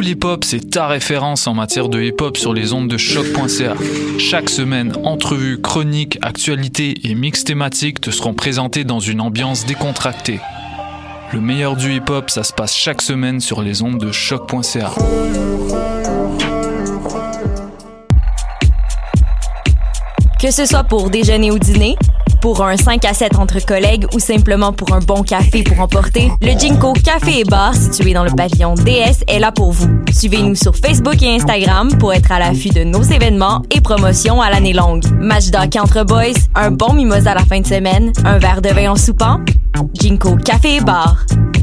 Cool Hip Hop, c'est ta référence en matière de hip-hop sur les ondes de choc.ca. Chaque semaine, entrevues, chroniques, actualités et mix thématiques te seront présentés dans une ambiance décontractée. Le meilleur du hip-hop, ça se passe chaque semaine sur les ondes de choc.ca. Que ce soit pour déjeuner ou dîner, pour un 5 à 7 entre collègues ou simplement pour un bon café pour emporter, le Jinko Café et Bar situé dans le pavillon DS est là pour vous. Suivez-nous sur Facebook et Instagram pour être à l'affût de nos événements et promotions à l'année longue. Match d'hockey entre boys, un bon mimosa à la fin de semaine, un verre de vin en soupant. Jinko Café et Bar.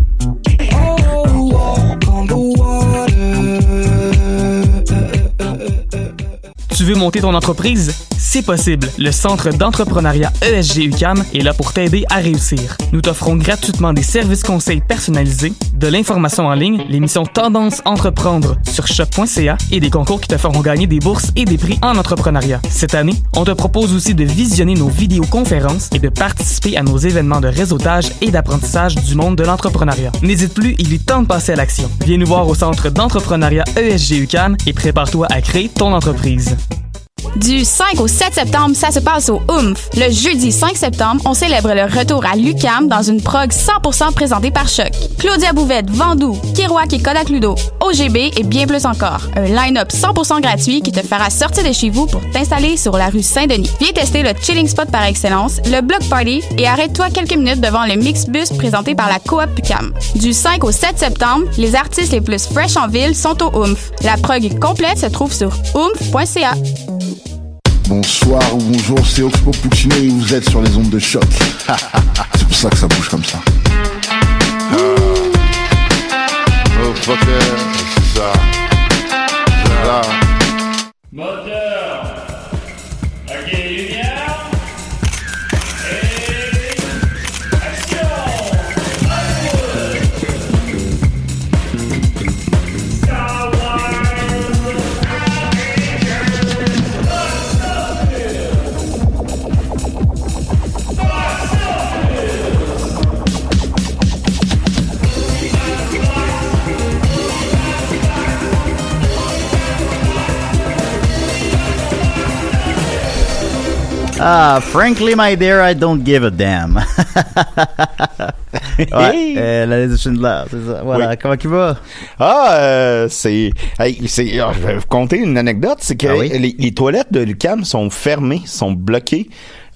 Tu veux monter ton entreprise? C'est possible. Le Centre d'entrepreneuriat ESG UQAM est là pour t'aider à réussir. Nous t'offrons gratuitement des services conseils personnalisés, de l'information en ligne, l'émission Tendance Entreprendre sur choc.ca et des concours qui te feront gagner des bourses et des prix en entrepreneuriat. Cette année, on te propose aussi de visionner nos vidéoconférences et de participer à nos événements de réseautage et d'apprentissage du monde de l'entrepreneuriat. N'hésite plus, il est temps de passer à l'action. Viens nous voir au Centre d'entrepreneuriat ESG UQAM et prépare-toi à créer ton entreprise. Du 5 au 7 septembre, ça se passe au OOMF. Le jeudi 5 septembre, on célèbre le retour à l'UQAM dans une prog 100% présentée par Choc. Claudia Bouvette, Vandou, Kerouac et Kodak Ludo, OGB et bien plus encore. Un line-up 100% gratuit qui te fera sortir de chez vous pour t'installer sur la rue Saint-Denis. Viens tester le chilling spot par excellence, le Block Party et arrête-toi quelques minutes devant le Mixbus présenté par la Coop UQAM. Du 5 au 7 septembre, les artistes les plus fresh en ville sont au OOMF. La prog complète se trouve sur oomf.ca. Bonsoir ou bonjour, c'est Oxpo Puccino et vous êtes sur les ondes de choc. C'est pour ça que ça bouge comme ça. Oh fucker, c'est ça. C'est ça. Moteur. Ok, lumière. Et action. Frankly, my dear, I don't give a damn. Ouais, la liste de Schindler, c'est ça. Voilà, oui. Comment tu vas? Je vais vous conter une anecdote, c'est que les toilettes de l'UQAM sont fermées, sont bloquées.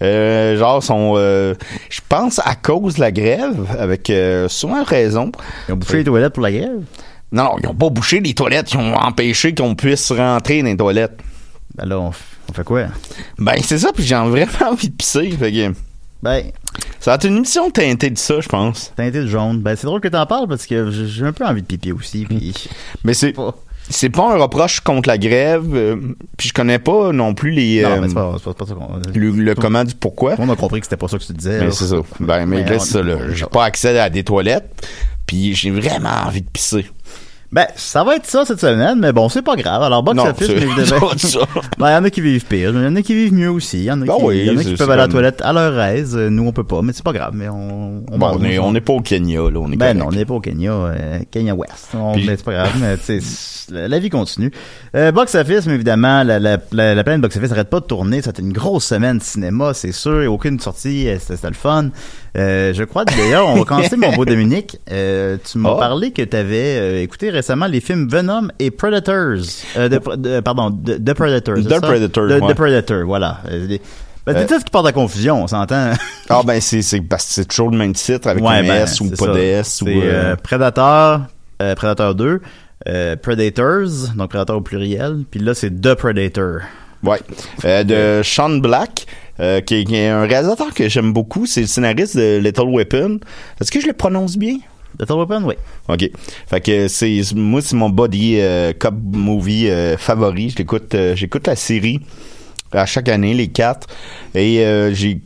Je pense à cause de la grève, avec souvent raison. Ils ont bouché les toilettes pour la grève? Non, ils ont pas bouché les toilettes, ils ont empêché qu'on puisse rentrer dans les toilettes. Ben là, on fait quoi? Ben, c'est ça, puis j'ai vraiment envie de pisser, fait que... Ben... Ça va être une émission teintée de ça, je pense. Teintée de jaune. Ben, c'est drôle que t'en parles, parce que j'ai un peu envie de pipi aussi, puis... Mais c'est pas un reproche contre la grève, puis je connais pas non plus les... Non, mais c'est pas ça qu'on... Le comment du pourquoi. On a compris que c'était pas ça que tu disais. Mais c'est ça. Ben, mais là, c'est ça, là. J'ai pas accès à des toilettes, puis j'ai vraiment envie de pisser. Ben, ça va être ça cette semaine, mais bon, c'est pas grave. Alors, box office, mais évidemment. Ben, il y en a qui vivent pire. Il y en a qui vivent mieux aussi. Il y en a qui peuvent aller à la toilette à leur aise. Nous, on peut pas, mais c'est pas grave. Mais on n'est pas au Kenya, là. On est ben non, on n'est pas au Kenya. Kenya West. Mais c'est pas grave, mais tu sais, la vie continue. Box office, mais évidemment, la planète box office n'arrête pas de tourner. C'était une grosse semaine de cinéma, c'est sûr. Aucune sortie. C'était le fun. Je crois d'ailleurs, on va commencer, mon beau Dominique. Tu m'as parlé que tu avais écouté récemment les films Venom et Predators. The Predator. The Predator, voilà. C'est ça qui porte à confusion, on s'entend. Ah ben c'est parce que c'est toujours le même titre avec un S ou pas de S. C'est Predator, Predator 2, Predators, donc Predator au pluriel, puis là c'est The Predator. Ouais. De Sean Black. Qui est un réalisateur que j'aime beaucoup, c'est le scénariste de Lethal Weapon. Est-ce que je le prononce bien? Lethal Weapon, oui. OK. Fait que c'est mon body cop movie favori. J'écoute la série à chaque année, les 4. Et j'ai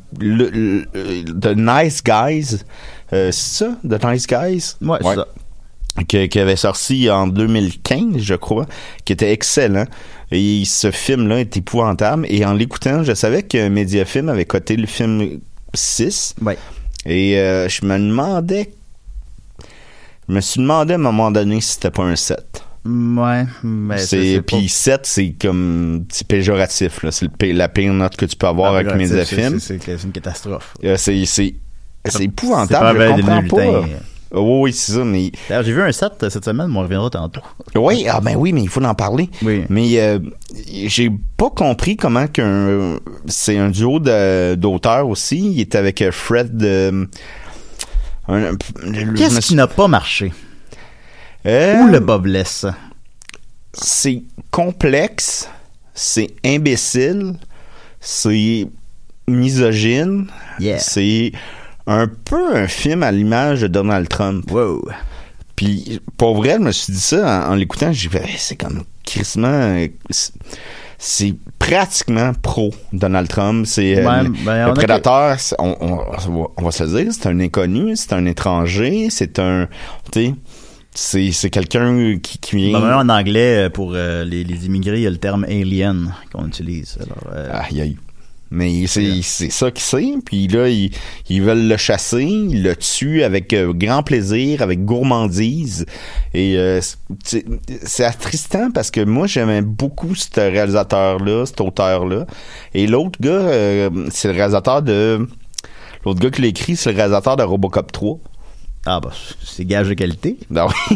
The Nice Guys. C'est ça? The Nice Guys? Ouais, c'est ça. Qui avait sorti en 2015, je crois, qui était excellent. Et ce film-là est épouvantable. Et en l'écoutant, je savais que Mediafilm avait coté le film 6. Ouais. Et je me suis demandé à un moment donné si c'était pas un 7. Ouais, mais c'est puis 7, c'est comme c'est péjoratif là, c'est la pire note que tu peux avoir avec Mediafilm. C'est une catastrophe. C'est épouvantable, je comprends pas. Oui, c'est ça, mais... D'ailleurs, j'ai vu un set cette semaine, mais on reviendra tantôt. Oui, mais il faut en parler. Oui. Mais j'ai pas compris comment c'est un duo d'auteurs aussi. Il était avec Fred... Qu'est-ce qui n'a pas marché? Ou le bas blesse? C'est complexe, c'est imbécile, c'est misogyne, c'est... un peu un film à l'image de Donald Trump. Wow. Puis, pour vrai, je me suis dit ça en l'écoutant, j'ai dit, c'est comme crissement... C'est pratiquement pro Donald Trump. C'est le prédateur, on va se le dire, c'est un inconnu, c'est un étranger, c'est un... Tu sais, c'est quelqu'un qui vient... En anglais, pour les immigrés, il y a le terme « alien » qu'on utilise. Alors, aïe. Mais c'est ça qu'il sait. Puis là, ils veulent le chasser. Ils le tuent avec grand plaisir, avec gourmandise. Et c'est attristant parce que moi, j'aimais beaucoup ce réalisateur-là, cet auteur-là. Et l'autre gars, c'est le réalisateur de... L'autre gars qui l'a écrit, c'est le réalisateur de Robocop 3. Ah bah c'est gage de qualité. Ben oui.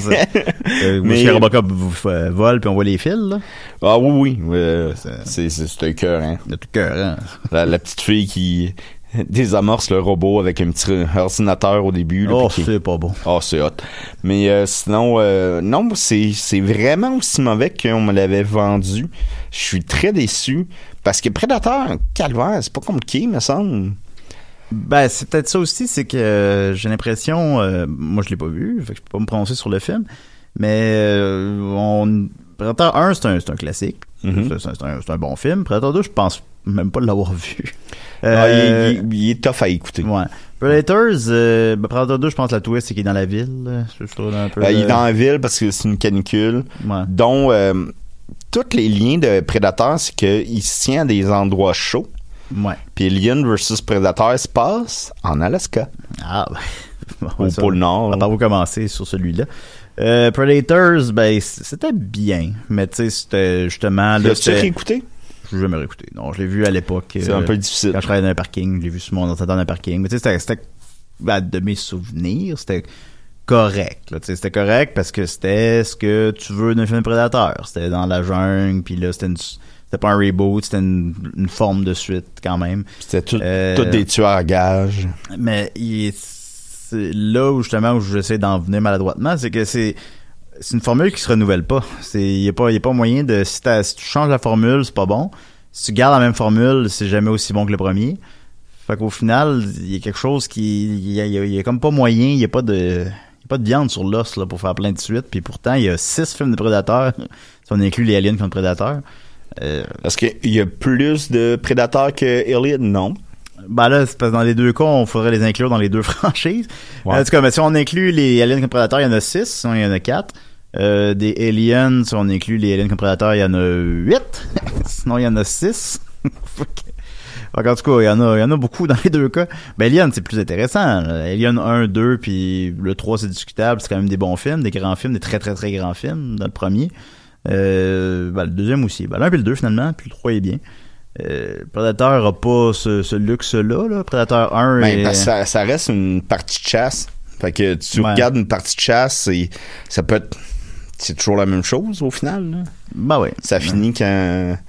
Mais chez Robocop vole puis on voit les fils là. Ah oui. C'est un cœur, hein. C'est un cœur, hein. La petite fille qui désamorce le robot avec un petit ordinateur au début. Là, c'est pas bon. C'est hot. Mais sinon, non, c'est vraiment aussi mauvais qu'on me l'avait vendu. Je suis très déçu parce que Predator, calvaire, c'est pas compliqué, me semble. Ben, c'est peut-être ça aussi, c'est que j'ai l'impression, moi je l'ai pas vu, fait que je peux pas me prononcer sur le film, mais Predator 1, c'est un classique, c'est un bon film. Predator 2, je pense même pas l'avoir vu. Il est tough à écouter. Ouais. Predators, Predator 2, je pense que la twist, c'est qu'il est dans la ville. Il est dans la ville parce que c'est une canicule, dont tous les liens de Predator, c'est qu'il se tient à des endroits chauds. Ouais. Puis Alien vs Predator se passe en Alaska. Ah, ben. Au pôle Nord. On va pas vous commencer sur celui-là. Predators, ben, c'était bien. Mais tu sais, c'était justement. L'as-tu réécouté? Je l'ai jamais réécouté. Non, je l'ai vu à l'époque. C'est un peu difficile. Quand je travaillais dans un parking, je l'ai vu sur mon ordinateur dans un parking. Mais tu sais, c'était de mes souvenirs, c'était correct. Là, c'était correct parce que c'était ce que tu veux d'un film Predator. C'était dans la jungle, puis là, c'était pas un reboot, c'était une forme de suite quand même. C'était tout des tueurs à gages. Mais c'est là où justement où j'essaie d'en venir maladroitement, c'est que c'est une formule qui se renouvelle pas. Il y a pas moyen de si tu changes la formule, c'est pas bon. Si tu gardes la même formule, c'est jamais aussi bon que le premier. Fait qu'au final, il y a quelque chose il y a comme pas moyen, il y a pas de viande sur l'os là pour faire plein de suites, puis pourtant il y a 6 films de Prédateurs si on inclut les Aliens contre Prédateurs. Est-ce qu'il y a plus de Prédateurs que Alien? Non. Ben là, c'est parce que dans les deux cas, on faudrait les inclure dans les deux franchises. Ouais. En tout cas, mais si on inclut les Aliens contre Prédateurs, il y en a 6, sinon il y en a 4. Des Aliens, si on inclut les Aliens contre Prédateurs, il y en a 8. Sinon, il y en a 6. En tout cas, il y en a beaucoup dans les deux cas. Ben, Alien, c'est plus intéressant. Alien 1, 2, puis le 3, c'est discutable. C'est quand même des bons films, des grands films, des très, très, très grands films dans le premier. Le deuxième aussi. Ben, l'1 puis le 2, finalement, puis le 3 est bien. Predator a pas ce luxe-là. Là. Predator 1 parce que ça reste une partie de chasse. Fait que tu regardes une partie de chasse et ça peut être... C'est toujours la même chose, au final. Là. Ben oui. Ça finit quand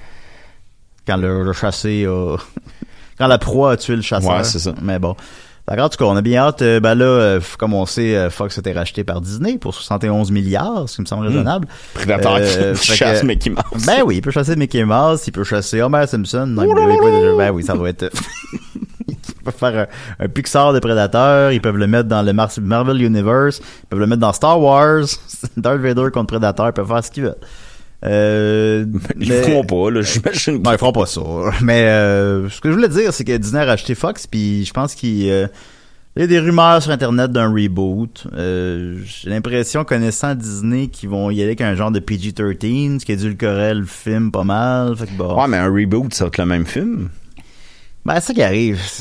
le chassé a... quand la proie a tué le chasseur. Ouais, c'est ça. Mais bon. En tout cas, on a bien hâte. Ben là, comme on sait, Fox a été racheté par Disney pour 71 milliards, ce qui me semble raisonnable. Prédateur qui chasse Mickey Mouse. Ben oui, il peut chasser Mickey Mouse, il peut chasser Homer Simpson. Ben oui, ça va être... Ils peuvent faire un Pixar de Prédateurs, ils peuvent le mettre dans le Marvel Universe, ils peuvent le mettre dans Star Wars, Darth Vader contre Prédateur, ils peuvent faire ce qu'ils veulent. Ils feront pas, là, j'imagine. Non, ils feront pas ça. Mais ce que je voulais dire, c'est que Disney a racheté Fox, puis je pense qu'il y a des rumeurs sur Internet d'un reboot. J'ai l'impression, connaissant Disney, qu'ils vont y aller avec un genre de PG-13, ce qui édulcorerait le film pas mal. Fait que bon. Ouais, mais un reboot, ça va être le même film. Ben, c'est ça qui arrive.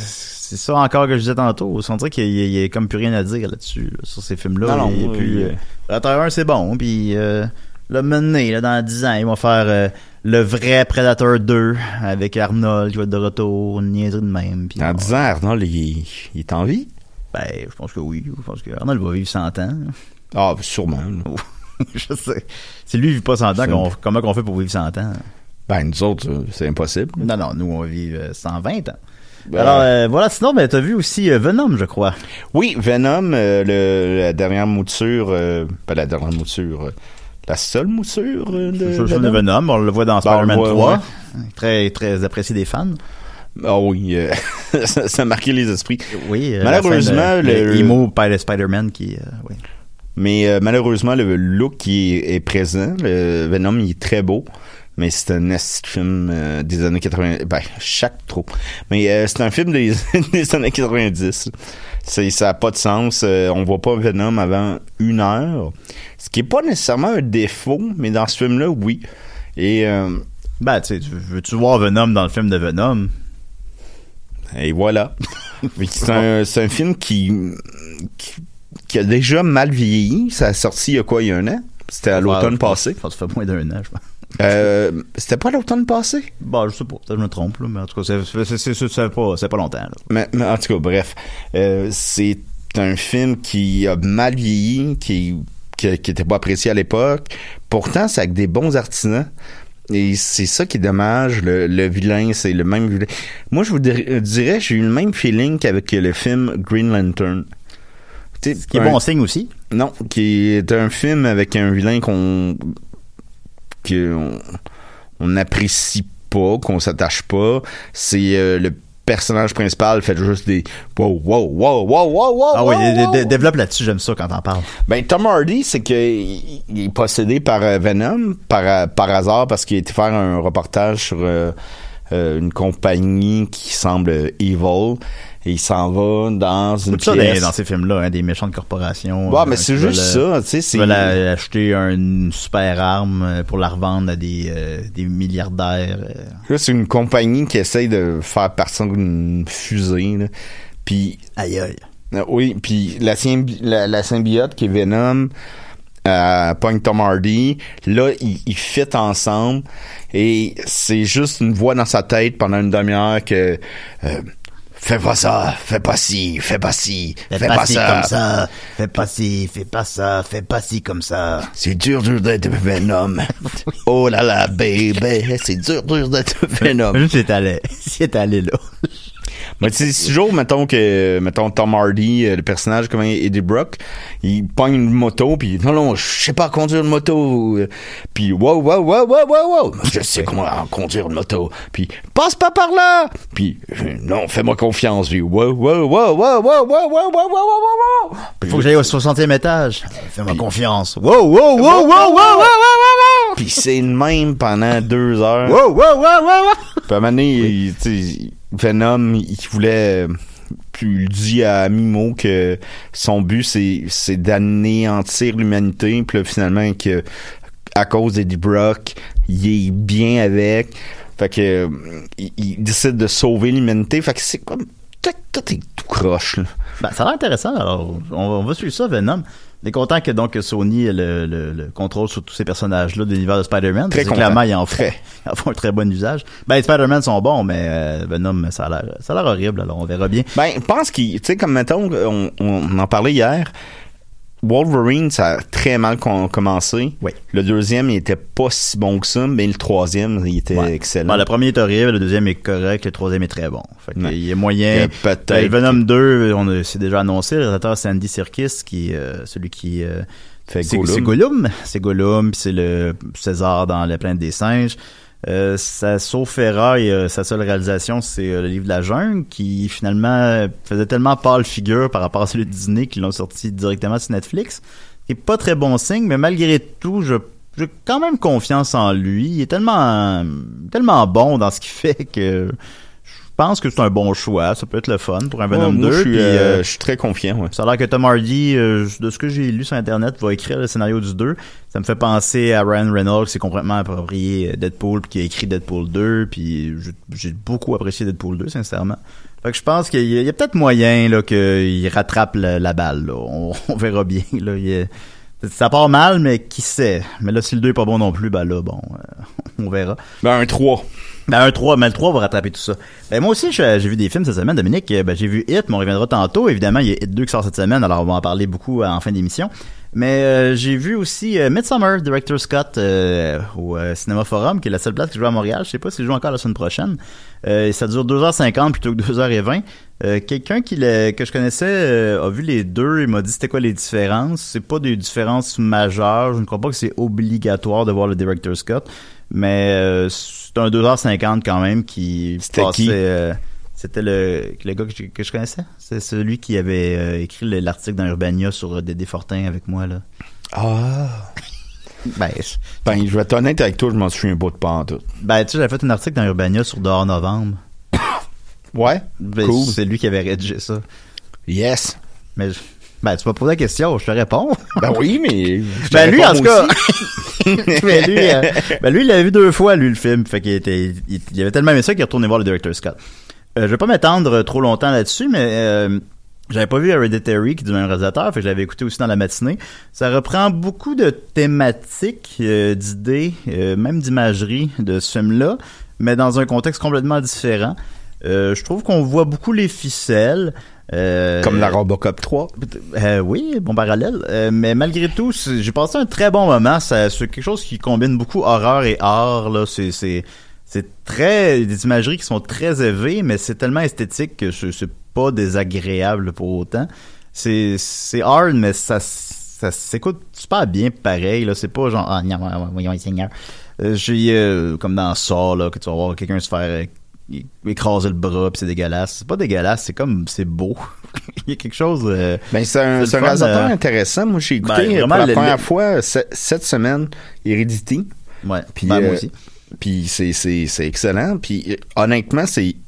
c'est ça encore que je disais tantôt. On dirait qu'il y a comme plus rien à dire là-dessus, là, sur ces films-là. Non, et puis, Predator 1, c'est bon. Puis, là, maintenant, là, dans 10 ans, ils vont faire le vrai Predator 2 avec Arnold qui va être de retour, une niaiserie de même. Puis, dans 10 ans, Arnold, il est en vie? Ben, je pense que oui. Je pense que Arnold va vivre 100 ans. Ah, sûrement. Je sais. Si lui, il vit pas 100 ans, comment qu'on fait pour vivre 100 ans? Ben, nous autres, c'est impossible. Non, nous, on vit 120 ans. Alors, voilà. Sinon, ben, t'as vu aussi Venom, je crois. Oui, Venom, la dernière mouture, pas la dernière mouture, la seule mouture de Venom. On le voit dans Spider-Man 3. Ouais. Très, très apprécié des fans. Ah oui, ça a marqué les esprits. Oui, malheureusement, le emo Spider-Man qui... oui. Mais malheureusement, le look qui est présent, le Venom, il est très beau. Mais c'est un film des années 80. Ben, chaque trop. Mais c'est un film des années 90. Ça n'a pas de sens. On voit pas Venom avant 1 heure. Ce qui est pas nécessairement un défaut, mais dans ce film-là, oui. Et ben, tu sais, veux-tu voir Venom dans le film de Venom? Et voilà. c'est un film qui a déjà mal vieilli. Ça a sorti il y a quoi, il y a 1 an? C'était à l'automne passé. Ça fait moins d'1 an, je pense. C'était pas l'automne passé? Bon, je sais pas, peut-être je me trompe, là, mais en tout cas, c'est pas longtemps. Là. Mais en tout cas, bref, c'est un film qui a mal vieilli, qui était pas apprécié à l'époque. Pourtant, c'est avec des bons artisans. Et c'est ça qui est dommage. Le vilain, c'est le même vilain. Moi, je vous dirais, j'ai eu le même feeling qu'avec le film Green Lantern. Ce qui est bon signe aussi. Non, qui est un film avec un vilain qu'on n'apprécie pas, qu'on s'attache pas. C'est le personnage principal fait juste des wow. Ah oui, développe là-dessus, j'aime ça quand t'en parles. Ben, Tom Hardy, c'est qu'il est possédé par Venom par hasard parce qu'il a été faire un reportage sur une compagnie qui semble evil. Et il s'en va dans une pièce. Dans ces films-là, hein, des méchantes corporations. Ouais, mais c'est juste ça, tu sais. Ils veulent acheter une super arme pour la revendre à des milliardaires. Là, c'est une compagnie qui essaye de faire partir une fusée, là. Puis... Aïe. Oui, puis la symbiote qui est Venom, pogne Tom Hardy, là, ils fit ensemble et c'est juste une voix dans sa tête pendant une demi-heure que... fais pas ça, fais pas ci, fais pas ci, fais pas ça. Comme ça, fais pas ci, fais pas ça, fais pas ci comme ça. C'est dur d'être Venom. Oh là là, baby, c'est dur d'être Venom. Juste si t'es allé là. Mais tu sais, si jour, mettons Tom Hardy, le personnage comme Eddie Brock, il pogne une moto, puis non, je sais pas conduire une moto, puis wow, je sais comment conduire une moto, puis passe pas par là, puis non, fais-moi confiance, puis wow. Faut que j'aille au 60e étage. Fais-moi confiance. Wow. Puis c'est le même pendant 2 heures. Wow. Puis à un moment donné, Venom, il voulait... Puis il dit à Mimo que son but, c'est d'anéantir l'humanité. Puis là, finalement, que à cause d'Eddie Brock, il est bien avec. Fait que il décide de sauver l'humanité. Fait que c'est comme... Tout est tout croche, là. Ben, ça a l'air intéressant. Alors, on va suivre ça, Venom. On est content que donc Sony ait le contrôle sur tous ces personnages-là de l'univers de Spider-Man. Très clairement, ils en font un très bon usage. Ben, les Spider-Man sont bons, mais Venom, ça a l'air horrible. Alors, on verra bien. Ben, je pense qu'il, tu sais, comme mettons, on en parlait hier. Wolverine, ça a très mal commencé. Oui. Le deuxième, il était pas si bon que ça, mais le troisième, il était excellent. Bon, le premier est horrible, le deuxième est correct, le troisième est très bon. Fait que il est moyen. Peut-être. Venom 2, c'est déjà annoncé. Le réalisateur, c'est Andy Serkis, celui qui fait Gollum. C'est Gollum. C'est Gollum, puis c'est le César dans La Planète des Singes. Sauf erreur, sa seule réalisation, c'est le livre de la jungle, qui finalement faisait tellement pâle figure par rapport à celui de Disney qu'ils l'ont sorti directement sur Netflix. C'est pas très bon signe, mais malgré tout, j'ai quand même confiance en lui. Il est tellement bon dans ce qu'il fait que je pense que c'est un bon choix. Ça peut être le fun pour un Venom 2. Je suis très confiant. Ouais. Ça a l'air que Tom Hardy, de ce que j'ai lu sur Internet, va écrire le scénario du 2. Ça me fait penser à Ryan Reynolds, qui s'est complètement approprié Deadpool, puis qui a écrit Deadpool 2. Puis j'ai beaucoup apprécié Deadpool 2, sincèrement. Fait que je pense qu'il y a peut-être moyen là qu'il rattrape la balle. Là. On verra bien. Là. Ça part mal, mais qui sait. Mais là, si le 2 est pas bon non plus, ben là, bon, on verra. Ben, un 3. Ben, un 3, mais le 3 va rattraper tout ça. Ben, moi aussi, j'ai vu des films cette semaine, Dominique. Ben, j'ai vu Hit, mais on reviendra tantôt. Évidemment, il y a Hit 2 qui sort cette semaine, alors on va en parler beaucoup en fin d'émission. Mais j'ai vu aussi Midsommar, Director Scott, au Cinéma Forum, qui est la seule place qui joue à Montréal. Je sais pas s'il joue encore la semaine prochaine. Ça dure 2h50 plutôt que 2h20. Quelqu'un que je connaissais a vu les deux et m'a dit c'était quoi les différences. C'est pas des différences majeures. Je ne crois pas que c'est obligatoire de voir le Director Scott. Mais c'est un 2h50 quand même qui c'était passait... qui? C'était le gars que je connaissais. C'est celui qui avait écrit l'article dans Urbania sur Dédé Fortin avec moi, là. Ah! Ben, je vais être honnête avec toi, je m'en souviens pas de pas en tout. Ben, tu sais, j'avais fait un article dans Urbania sur Dehors Novembre. Ouais? Ben, cool. C'est lui qui avait rédigé ça. Yes! Mais, tu m'as posé la question, je te réponds. Ben oui, mais... Ben lui, en tout cas... ben lui, il l'avait vu 2 fois, lui, le film. Fait qu'il il avait tellement aimé ça qu'il est retourné voir le Director Scott. Je vais pas m'étendre trop longtemps là-dessus, mais j'avais pas vu Hereditary, qui est du même réalisateur, fait que je l'avais écouté aussi dans la matinée. Ça reprend beaucoup de thématiques, d'idées, même d'imagerie de ce film-là, mais dans un contexte complètement différent. Je trouve qu'on voit beaucoup les ficelles. Comme la Robocop 3. Oui, bon parallèle. Mais malgré tout, j'ai passé un très bon moment. C'est quelque chose qui combine beaucoup horreur et art. Là, c'est très des imageries qui sont très élevées, mais c'est tellement esthétique que c'est pas désagréable pour autant. C'est hard, mais ça s'écoute super bien pareil. Là, c'est pas genre voyons les seigneurs. J'ai comme dans ça là que tu vas voir quelqu'un se faire écraser le bras puis c'est dégueulasse. C'est pas dégueulasse, c'est beau. Il y a quelque chose ben c'est un réalisateur intéressant. Moi j'ai écouté pour la première fois cette semaine Heredity. Ouais, puis moi aussi. Puis c'est excellent. Puis honnêtement,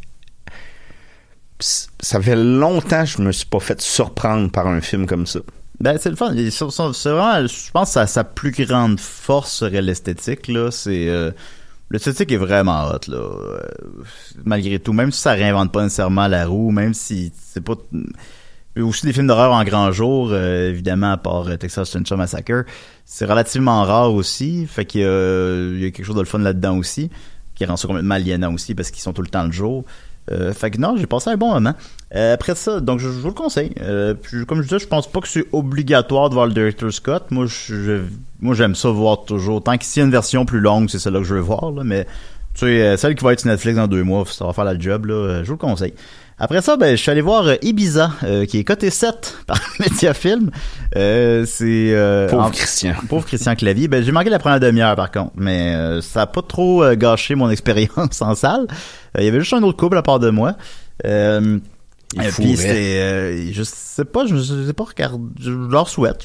ça fait longtemps que je me suis pas fait surprendre par un film comme ça. Ben c'est le fun. C'est vraiment, je pense que sa plus grande force serait l'esthétique là. C'est l'esthétique est vraiment hot là. Malgré tout, même si ça réinvente pas nécessairement la roue, même si c'est pas aussi des films d'horreur en grand jour, évidemment à part Texas Chainsaw Massacre, c'est relativement rare aussi, fait qu'il y a quelque chose de le fun là-dedans aussi, qui rend ça complètement aliénant aussi parce qu'ils sont tout le temps le jour. Fait que non, j'ai passé un bon moment. Après ça, donc je vous le conseille. Puis comme je disais, je pense pas que c'est obligatoire de voir le Director Scott. Moi j'aime ça voir toujours. Tant qu'il y a une version plus longue, c'est celle-là que je veux voir. Là, mais tu sais, celle qui va être sur Netflix dans 2 mois, ça va faire la job. Là, je vous le conseille. Après ça, ben je suis allé voir Ibiza, qui est coté 7 par Mediafilm. C'est Pauvre Christian Clavier. Ben j'ai manqué la première demi-heure par contre, mais ça a pas trop gâché mon expérience en salle. Il y avait juste un autre couple à part de moi. Puis c'était je sais pas regardé. Je leur souhaite.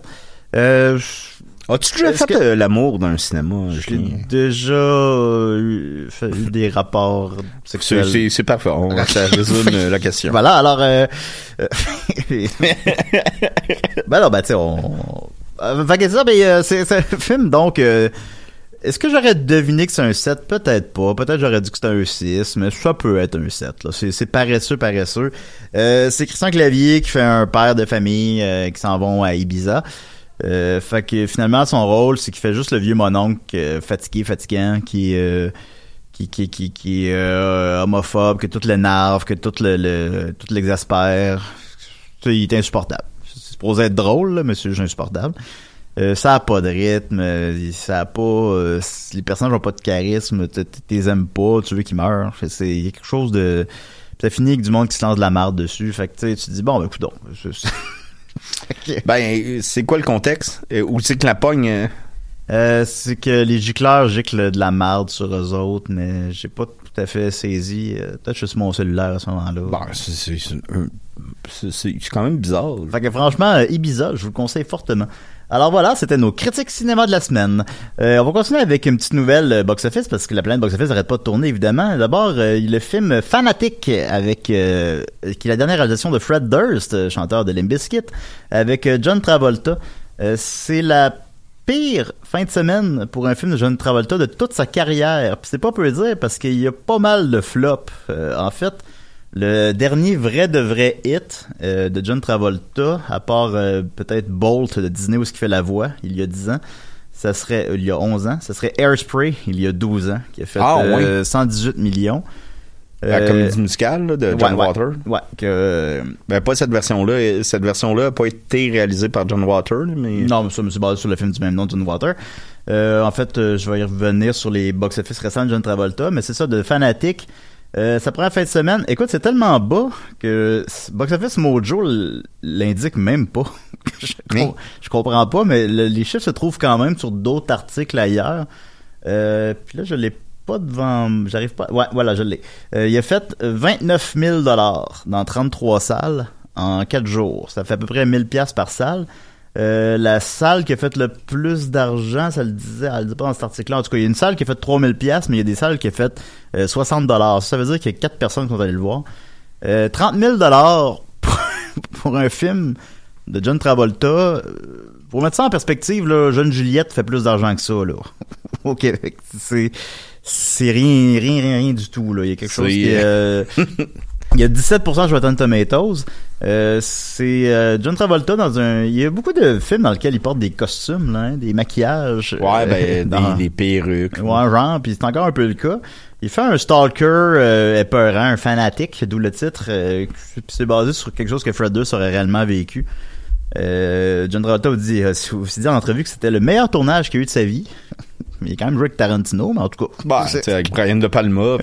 As-tu déjà fait l'amour dans un cinéma? J'ai déjà eu des rapports sexuels. C'est parfait. Ça résume la question. Voilà, alors... ben non, ben tu sais, fait que ça, ben, c'est un film, donc... Est-ce que j'aurais deviné que c'est un 7? Peut-être pas. Peut-être j'aurais dit que c'était un 6, mais ça peut être un 7. Là. C'est paresseux. C'est Christian Clavier qui fait un père de famille qui s'en vont à Ibiza. Fait que finalement son rôle c'est qu'il fait juste le vieux mononcle fatigant qui est homophobe, que tout l'énerve, que tout l'exaspère. Il est insupportable. C'est supposé être drôle là, mais c'est juste insupportable. Ça a pas de rythme, ça a pas les personnages ont pas de charisme, t'es aimes pas, tu veux qu'ils meurent. Il y a quelque chose de ça finit avec du monde qui se lance de la marde dessus. Fait que tu te dis bon ben écoute donc. Okay. Ben, c'est quoi le contexte? Où c'est que la pogne? C'est que les gicleurs giclent de la marde sur eux autres, mais j'ai pas tout à fait saisi. Peut-être juste mon cellulaire à ce moment-là. Ben, c'est quand même bizarre. Fait que franchement, Ibiza, je vous le conseille fortement. Alors voilà, c'était nos critiques cinéma de la semaine. On va continuer avec une petite nouvelle box-office, parce que la planète box-office n'arrête pas de tourner, évidemment. D'abord, le film Fanatic, avec qui est la dernière réalisation de Fred Durst, chanteur de Limp Bizkit, avec John Travolta. C'est la pire fin de semaine pour un film de John Travolta de toute sa carrière. Puis c'est pas peu dire, parce qu'il y a pas mal de flops. En fait, Le dernier vrai hit de John Travolta, à part peut-être Bolt de Disney où il fait la voix, il y a 10 ans, ça serait, il y a 11 ans, ça serait Hairspray, il y a 12 ans, qui a fait 118 millions. La comédie musicale là, de John Water. Ouais. Pas cette version-là. Cette version-là n'a pas été réalisée par John Water. Mais... Non, mais ça, c'est basé sur le film du même nom de John Water. En fait, je vais y revenir sur les box-office récents de John Travolta, mais c'est ça, de Fanatic. Sa première fin de semaine, écoute, c'est tellement bas que Box Office Mojo l'indique même pas. Je comprends pas, mais les chiffres se trouvent quand même sur d'autres articles ailleurs. Puis là, je l'ai pas devant... J'arrive pas... Ouais, voilà, je l'ai. Il a fait 29 000 $ dans 33 salles en 4 jours. Ça fait à peu près 1000 $ par salle. La salle qui a fait le plus d'argent, ça le disait, elle le dit pas dans cet article-là. En tout cas, il y a une salle qui a fait 3000 $, mais il y a des salles qui a fait 60 $. Ça veut dire qu'il y a 4 personnes qui sont allées le voir. 30 000 $ pour un film de John Travolta. Pour mettre ça en perspective, là, Jeune Juliette fait plus d'argent que ça, là. Au Québec. C'est rien du tout, là. Il y a quelque chose qui est... Il y a 17% sur Rotten Tomatoes. C'est John Travolta dans un... Il y a beaucoup de films dans lesquels il porte des costumes, là, hein, des maquillages. Ouais, des perruques. Ouais, genre, puis c'est encore un peu le cas. Il fait un stalker épeurant, un fanatique, d'où le titre. Puis c'est basé sur quelque chose que Fred Durst aurait réellement vécu. John Travolta vous dit en entrevue que c'était le meilleur tournage qu'il a eu de sa vie. Il y a quand même joué avec Tarantino, mais en tout cas... Bah, c'est avec Brian De Palma.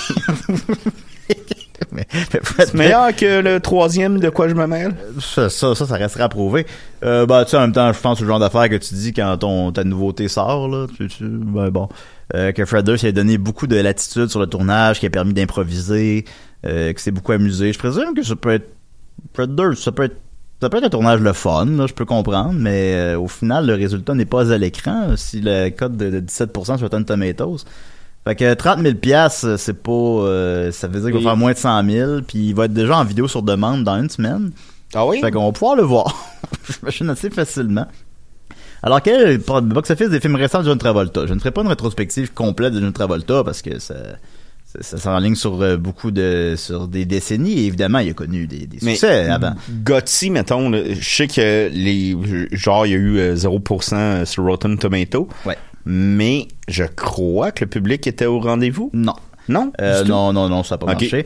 C'est meilleur que le troisième de quoi je me mêle? Ça restera à prouver. Tu sais, en même temps, je pense au genre d'affaires que tu dis quand ta nouveauté sort, là. Que Fred Durst a donné beaucoup de latitude sur le tournage, qui a permis d'improviser, que c'est beaucoup amusé. Je présume que ça peut être Fred Durst, ça peut être un tournage le fun, là, je peux comprendre, mais au final, le résultat n'est pas à l'écran si le code de 17% sur Rotten Tomatoes. Fait que 30 000 $, c'est pas... ça veut dire qu'il va faire moins de 100 000, puis il va être déjà en vidéo sur demande dans une semaine. Ah oui? Fait qu'on va pouvoir le voir. J'imagine assez facilement. Alors, quel est le box-office des films récents de John Travolta? Je ne ferai pas une rétrospective complète de John Travolta parce que ça s'enligne sur sur des décennies et évidemment il a connu des succès avant. Gotti, mettons, là, je sais que il y a eu 0% sur Rotten Tomato. Ouais. Mais je crois que le public était au rendez-vous. Non. Non? Non, ça n'a pas marché.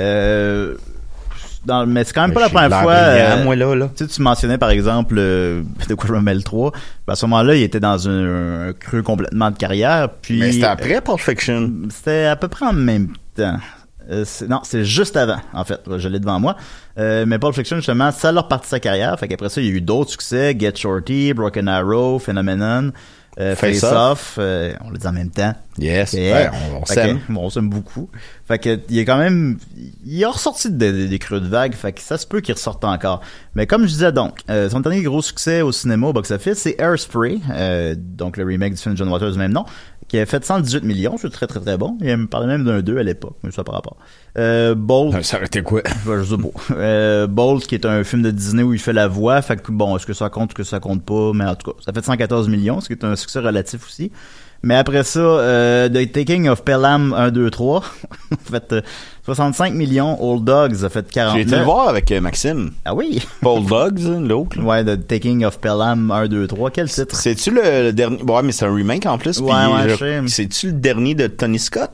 Mais c'est quand même pas la première fois. Moi, là. Tu mentionnais par exemple de quoi je me mêle 3. À ce moment-là, il était dans un creux complètement de carrière. Puis, mais c'était après Pulp Fiction. C'était à peu près en même temps. C'est juste avant, en fait. Je l'ai devant moi. Mais Pulp Fiction, justement, ça leur parti sa carrière. Fait qu'après ça, il y a eu d'autres succès. Get Shorty, Broken Arrow, Phenomenon. Face Off, on le dit en même temps. Yes. On s'aime. On s'aime beaucoup. Fait que il est quand même, il a ressorti des creux de vague. Fait que ça se peut qu'il ressorte encore. Mais comme je disais donc, son dernier gros succès au cinéma au box-office, c'est Hairspray, donc le remake du film de John Waters du même nom, qui a fait 118 millions. C'est très très très bon. Il me parlait même d'un 2 à l'époque, mais ça par rapport. Bolt. Ça aurait été quoi? Je sais pas. Bolt, qui est un film de Disney où il fait la voix. Fait que bon, est-ce que ça compte, que ça compte pas? Mais en tout cas, ça fait 114 millions, ce qui est un succès relatif aussi. Mais après ça, The Taking of Pelham 1, 2, 3 a fait 65 millions. Old Dogs a fait 49. J'ai été le voir avec Maxime. Ah oui? Old Dogs, l'autre. Ouais, The Taking of Pelham 1, 2, 3. Quel titre? C'est-tu le dernier? Ouais, mais c'est un remake en plus. Ouais, c'est-tu le dernier de Tony Scott?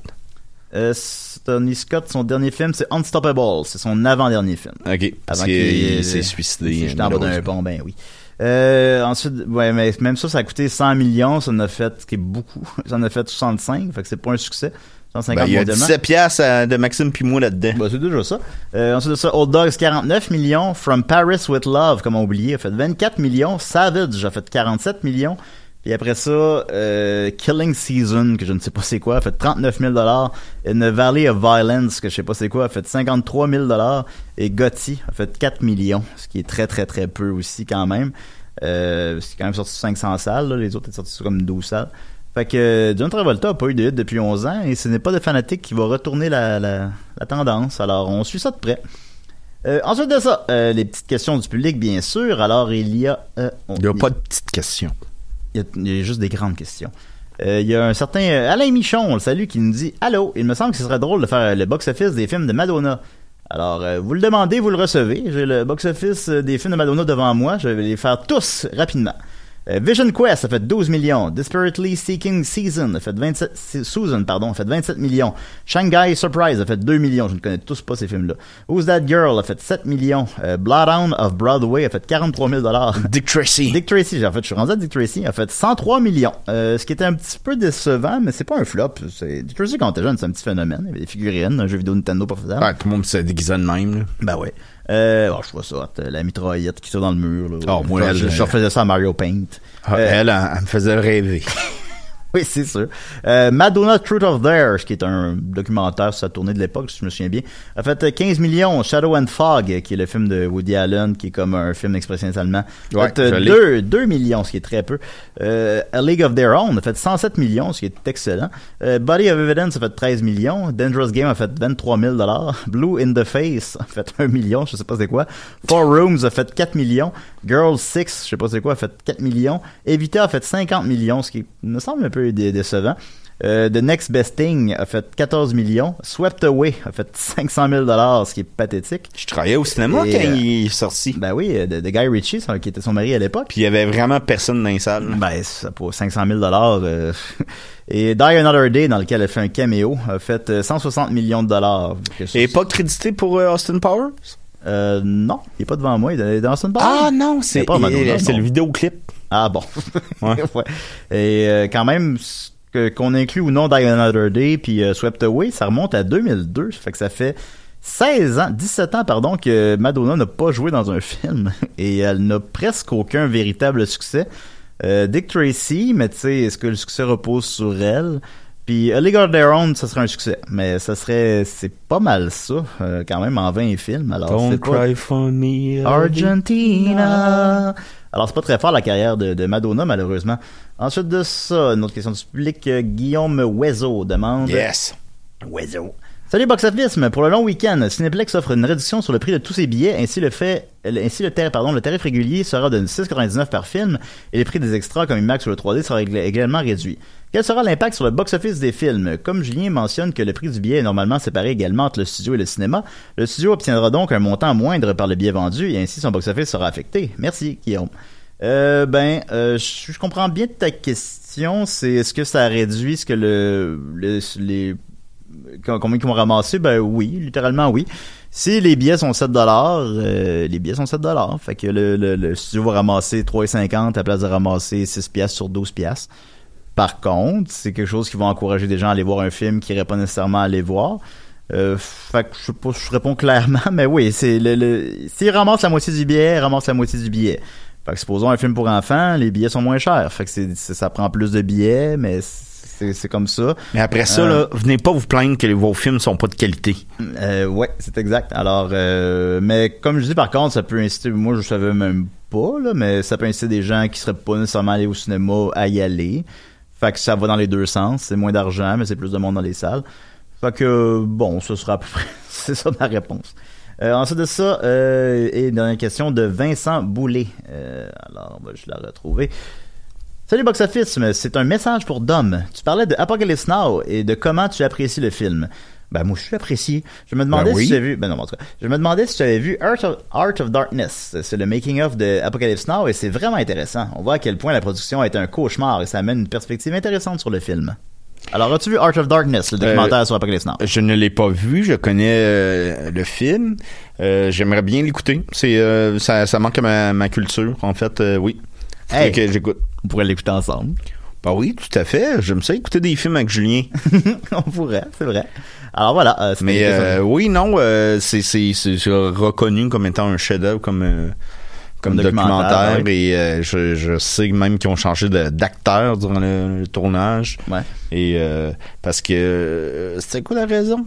Tony Scott, son dernier film, c'est Unstoppable. C'est son avant-dernier film. OK. Parce qu'il s'est suicidé. J'étais en bas d'un pont, ben oui. Ensuite, ouais, mais même ça a coûté 100 millions, ça en a fait, ce qui est beaucoup, ça en a fait 65, fait que c'est pas un succès. 150 il y a 17 piastres de Maxime puis moi là-dedans. Ben, c'est déjà ça. Ensuite de ça, Old Dogs, 49 millions. From Paris with Love, comme on oublié, a fait 24 millions. Savage a fait 47 millions. Puis après ça, Killing Season, que je ne sais pas c'est quoi, a fait 39 000 $. In the Valley of Violence, que je sais pas c'est quoi, a fait 53 000 $. Et Gotti a fait 4 millions, ce qui est très très très peu aussi quand même. C'est quand même sorti sur 500 salles, là. Les autres étaient sortis sur comme 12 salles. Fait que John Travolta a pas eu de hit depuis 11 ans et ce n'est pas de Fanatic qui va retourner la tendance. Alors on suit ça de près. Ensuite de ça, les petites questions du public, bien sûr. Alors il y a... il n'y a pas de petites questions. Il y a juste des grandes questions. Il y a un certain Alain Michon, on le salue, qui nous dit « Allô, il me semble que ce serait drôle de faire le box-office des films de Madonna. » Alors, vous le demandez, vous le recevez. J'ai le box-office des films de Madonna devant moi. Je vais les faire tous rapidement. Vision Quest a fait 12 millions. Desperately Seeking Susan a fait 27 millions. Shanghai Surprise a fait 2 millions. Je ne connais tous pas ces films-là. Who's That Girl a fait 7 millions. Bloodhound of Broadway a fait 43 000 $. Dick Tracy, je suis rendu à Dick Tracy, a fait 103 millions. Ce qui était un petit peu décevant, mais c'est pas un flop. Dick Tracy, quand t'es jeune, c'est un petit phénomène. Il y avait des figurines, un jeu vidéo Nintendo pas faisable. Ouais, tout le monde s'est déguisé de même, là. Ben ouais. Je vois ça, la mitraillette qui tire dans le mur, là. Oh, moi, je refaisais ça à Mario Paint. Elle me faisait rêver. Oui, c'est sûr. Madonna Truth of Theirs, qui est un documentaire sur sa tournée de l'époque, si je me souviens bien, a fait 15 millions. Shadow and Fog, qui est le film de Woody Allen, qui est comme un film d'expressionniste allemand, a fait 2 millions, ce qui est très peu. A League of Their Own a fait 107 millions, ce qui est excellent. Body of Evidence a fait 13 millions. Dangerous Game a fait 23 000 $. Blue in the Face a fait 1 million, je sais pas c'est quoi. Four Rooms a fait 4 millions. Girls 6, je sais pas c'est quoi, a fait 4 millions. Evita a fait 50 millions, ce qui me semble un peu décevant. The Next Best Thing a fait 14 millions. Swept Away a fait 500 000 $, ce qui est pathétique. Je travaillais au cinéma quand il est sorti. Ben oui, de Guy Ritchie, qui était son mari à l'époque. Puis il y avait vraiment personne dans les salles. Ben, ça pour 500 000 $. Et Die Another Day, dans lequel elle fait un caméo, a fait 160 millions de $. Et pas crédité pour Austin Powers? Non, il est pas devant moi, il est dans Austin Powers. Ah non, c'est le vidéoclip. Ah bon. Ouais. Ouais. Et quand même, qu'on inclut ou non Die Another Day puis Swept Away, ça remonte à 2002. Ça fait que ça fait 17 ans, que Madonna n'a pas joué dans un film. Et elle n'a presque aucun véritable succès. Dick Tracy, mais tu sais, est-ce que le succès repose sur elle? Puis A League of Their Own, ça serait un succès. Mais c'est pas mal ça, quand même, en 20 films. Alors, Don't c'est cry for me, Argentina. Alors, c'est pas très fort la carrière de Madonna, malheureusement. Ensuite de ça, une autre question du public. Guillaume Ouezo demande... Yes. Ouezo. Salut Box Office, pour le long week-end, Cineplex offre une réduction sur le prix de tous ses billets, ainsi le tarif régulier sera de 6,99 par film et les prix des extras comme IMAX ou le 3D sera également réduit. Quel sera l'impact sur le box-office des films? Comme Julien mentionne que le prix du billet est normalement séparé également entre le studio et le cinéma, le studio obtiendra donc un montant moindre par le billet vendu et ainsi son box-office sera affecté. Merci Guillaume. Je comprends bien ta question. C'est est-ce que ça réduit ce que les combien ils vont ramasser? Ben oui, littéralement oui. Si les billets sont 7$, les billets sont 7$. Fait que le studio va ramasser 3,50$ à la place de ramasser 6$ sur 12$. Par contre, c'est quelque chose qui va encourager des gens à aller voir un film qu'ils n'iraient pas nécessairement aller voir. Fait que je sais pas si je réponds clairement, mais oui, c'est s'ils ramassent la moitié du billet, ils ramassent la moitié du billet. Fait que supposons un film pour enfants, les billets sont moins chers. Fait que ça prend plus de billets, mais c'est comme ça. Mais après ça, là, venez pas vous plaindre que vos films sont pas de qualité. Ouais, c'est exact. Alors, mais comme je dis, par contre, ça peut inciter, moi je savais même pas, là, mais ça peut inciter des gens qui seraient pas nécessairement allés au cinéma à y aller. Fait que ça va dans les deux sens. C'est moins d'argent, mais c'est plus de monde dans les salles. Fait que, bon, ce sera à peu près, c'est ça ma réponse. Ensuite de ça, et dernière question de Vincent Boulet. Alors, on va juste la retrouver. Salut Box Office, c'est un message pour Dom. Tu parlais de Apocalypse Now et de comment tu apprécies le film. Ben, moi, je l'apprécie. Je me demandais si tu avais vu, en tout cas, je me demandais si tu avais vu Art of Darkness. C'est le making-of de Apocalypse Now et c'est vraiment intéressant. On voit à quel point la production a été un cauchemar et ça amène une perspective intéressante sur le film. Alors, as-tu vu Art of Darkness, le documentaire sur Apocalypse Now? Je ne l'ai pas vu, je connais le film. J'aimerais bien l'écouter. Ça manque à ma culture, en fait, oui. Hey, que j'écoute. On pourrait l'écouter ensemble. Ben oui, tout à fait. J'aime ça écouter des films avec Julien. On pourrait, c'est vrai. Alors voilà. Mais oui, non, c'est reconnu comme étant un chef-d'œuvre, comme documentaire. Ouais. Et je sais même qu'ils ont changé d'acteur durant le tournage. Ouais. Et parce que c'était quoi la raison?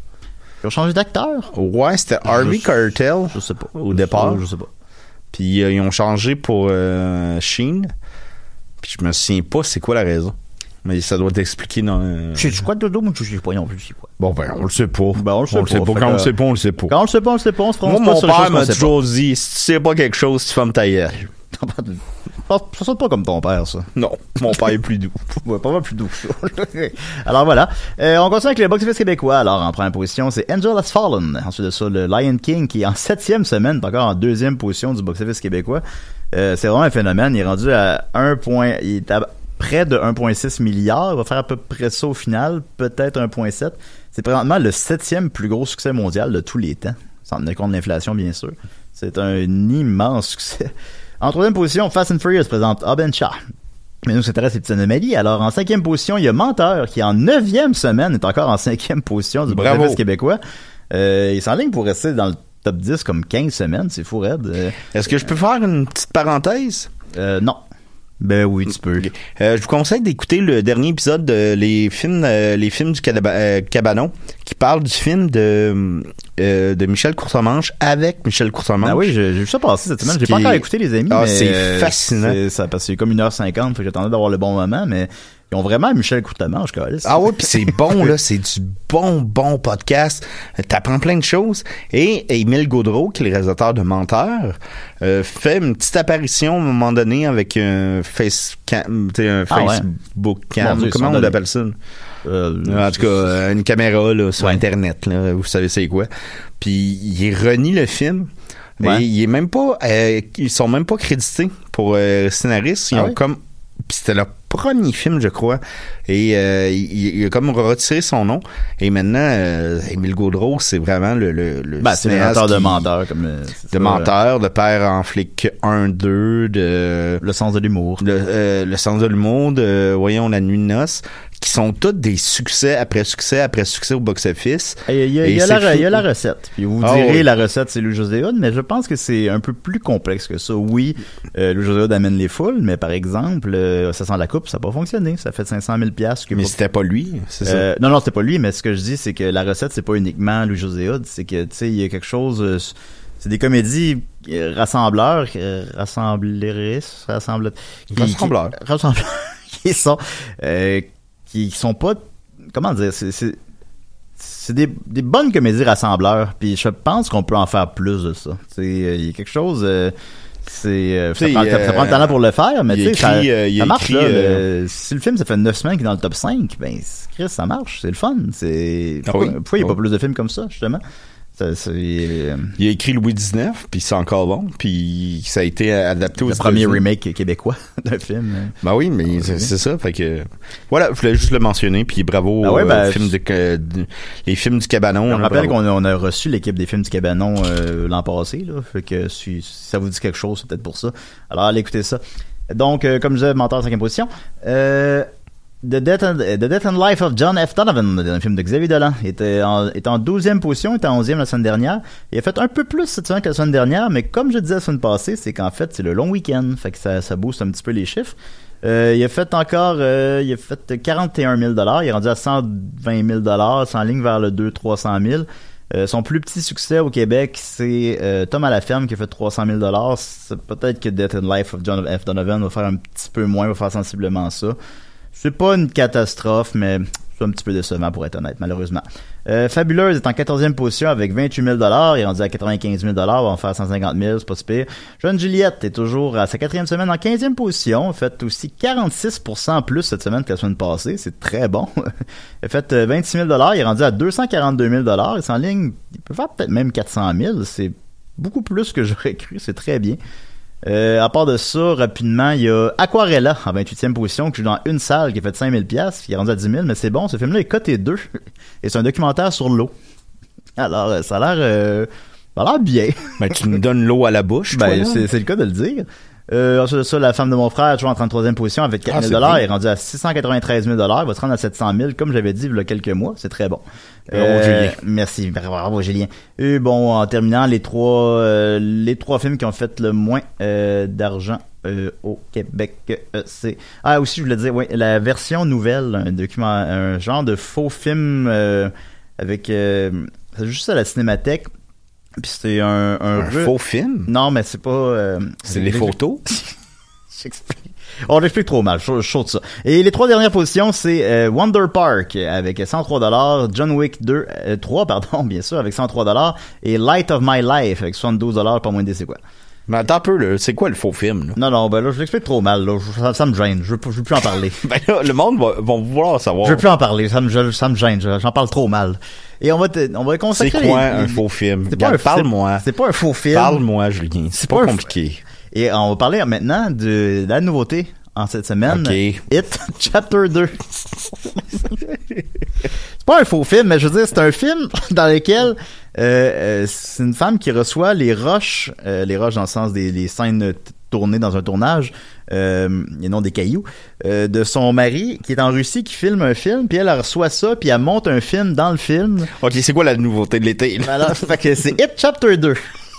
Ils ont changé d'acteur? Ouais, c'était Harvey Keitel. Je sais pas. Au départ. Je sais pas. Puis ils ont changé pour Sheen. Puis je me souviens pas c'est quoi la raison. Mais ça doit t'expliquer dans... Je crois que Dodo, moi je sais pas non plus, je sais quoi. Bon ben on le sait pas. Ben on le sait pas. Quand on le sait pas, on le sait pas. Quand on le sait pas, on le sait pas. On se prononce pas sur les choses qu'on sait pas. Moi, mon père m'a toujours dit, si tu sais pas quelque chose, tu fermes ta gueule. Ça saute pas comme ton père, ça. Non, mon père est plus doux. Ouais, pas mal plus doux que ça. Alors voilà. On continue avec le box-office québécois. Alors, en première position, c'est Angel Has Fallen. Ensuite de ça, le Lion King, qui est en 7e semaine, encore en 2e position du box-office québécois. C'est vraiment un phénomène. Il est rendu à il est à près de 1,6 milliard. Il va faire à peu près ça au final. Peut-être 1,7. C'est présentement le 7e plus gros succès mondial de tous les temps. Sans tenir compte de l'inflation, bien sûr. C'est un immense succès. En 3e position, Fast and Furious présente Hobbs & Shaw. Mais nous s'intéresse ces petites anomalies. Alors, en 5e position, il y a Menteur, qui en 9e semaine est encore en 5e position du box-office québécois. Il s'enligne pour rester dans le top 10 comme 15 semaines. C'est fou raide. Est-ce que je peux faire une petite parenthèse? Non. Ben oui, tu peux. Je vous conseille d'écouter le dernier épisode de les films du Cabanon, qui parle du film de Michel Courtemanche avec Michel Courtemanche. Ah oui, j'ai vu ça passer cette semaine. J'ai pas encore écouté, les amis. Ah, mais c'est fascinant. Ça parce que c'est comme 1h50, fait que j'attendais d'avoir le bon moment, mais ils ont vraiment Michel Courtemanche, quoi. Ah oui, puis c'est bon, là. C'est du bon podcast. T'apprends plein de choses. Et Émile Gaudreau, qui est le réalisateur de Menteur, fait une petite apparition à un moment donné avec un Facebook cam. Comment on appelle ça? En tout cas, une caméra là, sur Internet, là, vous savez c'est quoi. Puis il renie le film. Et il est même pas ils sont même pas crédités pour scénariste. Ils ont comme puis c'était leur premier film, je crois. Et il a comme retiré son nom. Et maintenant, Émile Gaudreau, c'est vraiment le c'est le auteur de Menteur. Menteur, de Père en flic 1, 2, de... Le sens de l'humour. Le sens de l'humour, de Voyons la nuit de noces, qui sont tous des succès après succès après succès au box-office. Il y a la recette. Puis vous direz, la recette, c'est Louis-José Hood, mais je pense que c'est un peu plus complexe que ça. Oui, Louis-José Hood amène les foules, mais par exemple, ça sent la coupe, ça n'a pas fonctionné. Ça fait 500 000 $. Mais c'était pas lui, c'est ça? Non, c'était pas lui, mais ce que je dis, c'est que la recette, c'est pas uniquement Louis-José Hood, c'est que, tu sais, il y a quelque chose... c'est des comédies rassembleurs, qui sont pas, comment dire, c'est des bonnes comédies rassembleurs, puis je pense qu'on peut en faire plus de ça. Il y a quelque chose, ça prend le talent pour le faire, mais tu sais, ça marche, là. Si le film, ça fait 9 semaines qu'il est dans le top 5, ben, Chris, ça marche, c'est le fun. Pourquoi il n'y a pas plus de films comme ça, justement? Il a écrit Louis XIX, puis c'est encore bon, puis ça a été adapté aux États-Unis. Le premier remake québécois d'un film. Ben oui, mais c'est ça, fait que voilà, je voulais juste le mentionner, puis bravo les films du Cabanon. On rappelle qu'on a reçu l'équipe des films du Cabanon l'an passé, là, fait que si ça vous dit quelque chose, c'est peut-être pour ça. Alors allez écouter ça. Donc, comme je disais, Menteur en 5e position. The Death and Life of John F. Donovan, un film de Xavier Dolan, était en 12e position, était en 11e la semaine dernière. Il a fait un peu plus cette semaine que la semaine dernière, mais comme je disais la semaine passée, c'est qu'en fait, c'est le long week-end, fait que ça booste un petit peu les chiffres. Il a fait 41 000 $, il est rendu à 120 000 $, c'est en ligne vers le 200-300 000. Son plus petit succès au Québec, c'est Tom à la ferme qui a fait 300 000 $. C'est peut-être que Death and Life of John F. Donovan va faire un petit peu moins, va faire sensiblement ça. C'est pas une catastrophe, mais c'est un petit peu décevant pour être honnête, malheureusement. Fabuleuse est en 14e position avec 28 000 $. Il est rendu à 95 000 $. Va en faire 150 000, c'est pas super. Jeune Juliette est toujours à sa 4e semaine en 15e position. Fait aussi 46% plus cette semaine que la semaine passée. C'est très bon. Il a fait 26 000 $. Il est rendu à 242 000 $. Il s'enligne, il peut faire peut-être même 400 000. C'est beaucoup plus que j'aurais cru. C'est très bien. À part de ça, rapidement, il y a Aquarella en 28e position, qui joue dans une salle, qui a fait 5 000 $, qui est rendu à 10 000, mais c'est bon, ce film-là est coté 2, et c'est un documentaire sur l'eau. Alors, ça a l'air bien. Ben, tu me donnes l'eau à la bouche, toi, ben, c'est le cas de le dire. Ensuite de ça, La femme de mon frère, toujours en 33e position avec 4 000 $, est rendu à 693 000 $, va se rendre à 700 000, comme j'avais dit il y a quelques mois, c'est très bon. Bravo, Julien. Merci, bravo, Julien. Et bon, en terminant, les trois films qui ont fait le moins d'argent au Québec, c'est... Ah, aussi, je voulais dire, oui, la version nouvelle, un genre de faux film avec... c'est juste à la Cinémathèque. Puis c'est un faux film? Non, mais c'est pas... c'est des photos? J'explique. On l'explique trop mal, je saute ça. Et les 3 dernières positions, c'est Wonder Park avec 103 $, John Wick 3, bien sûr, avec 103 $, et Light of My Life avec 72 $, pas moins de c'est quoi. Mais attends un peu, là. C'est quoi le faux film, là? Non, ben là, je l'explique trop mal, là. Ça me gêne. Je veux plus en parler. Ben là, le monde va vouloir savoir. Je veux plus en parler. Ça me gêne. J'en parle trop mal. Et on va consacrer. C'est quoi un faux film? Parle-moi. C'est pas un faux film. Parle-moi, Julien. C'est pas compliqué. Et on va parler maintenant de la nouveauté en cette semaine. Okay. It Chapter 2. C'est pas un faux film, mais je veux dire, c'est un film dans lequel c'est une femme qui reçoit les rushs dans le sens des scènes tournées dans un tournage, et non des cailloux, de son mari qui est en Russie, qui filme un film, puis elle reçoit ça, puis elle monte un film dans le film. Ok, c'est quoi la nouveauté de l'été? Voilà, fait que c'est It Chapter 2.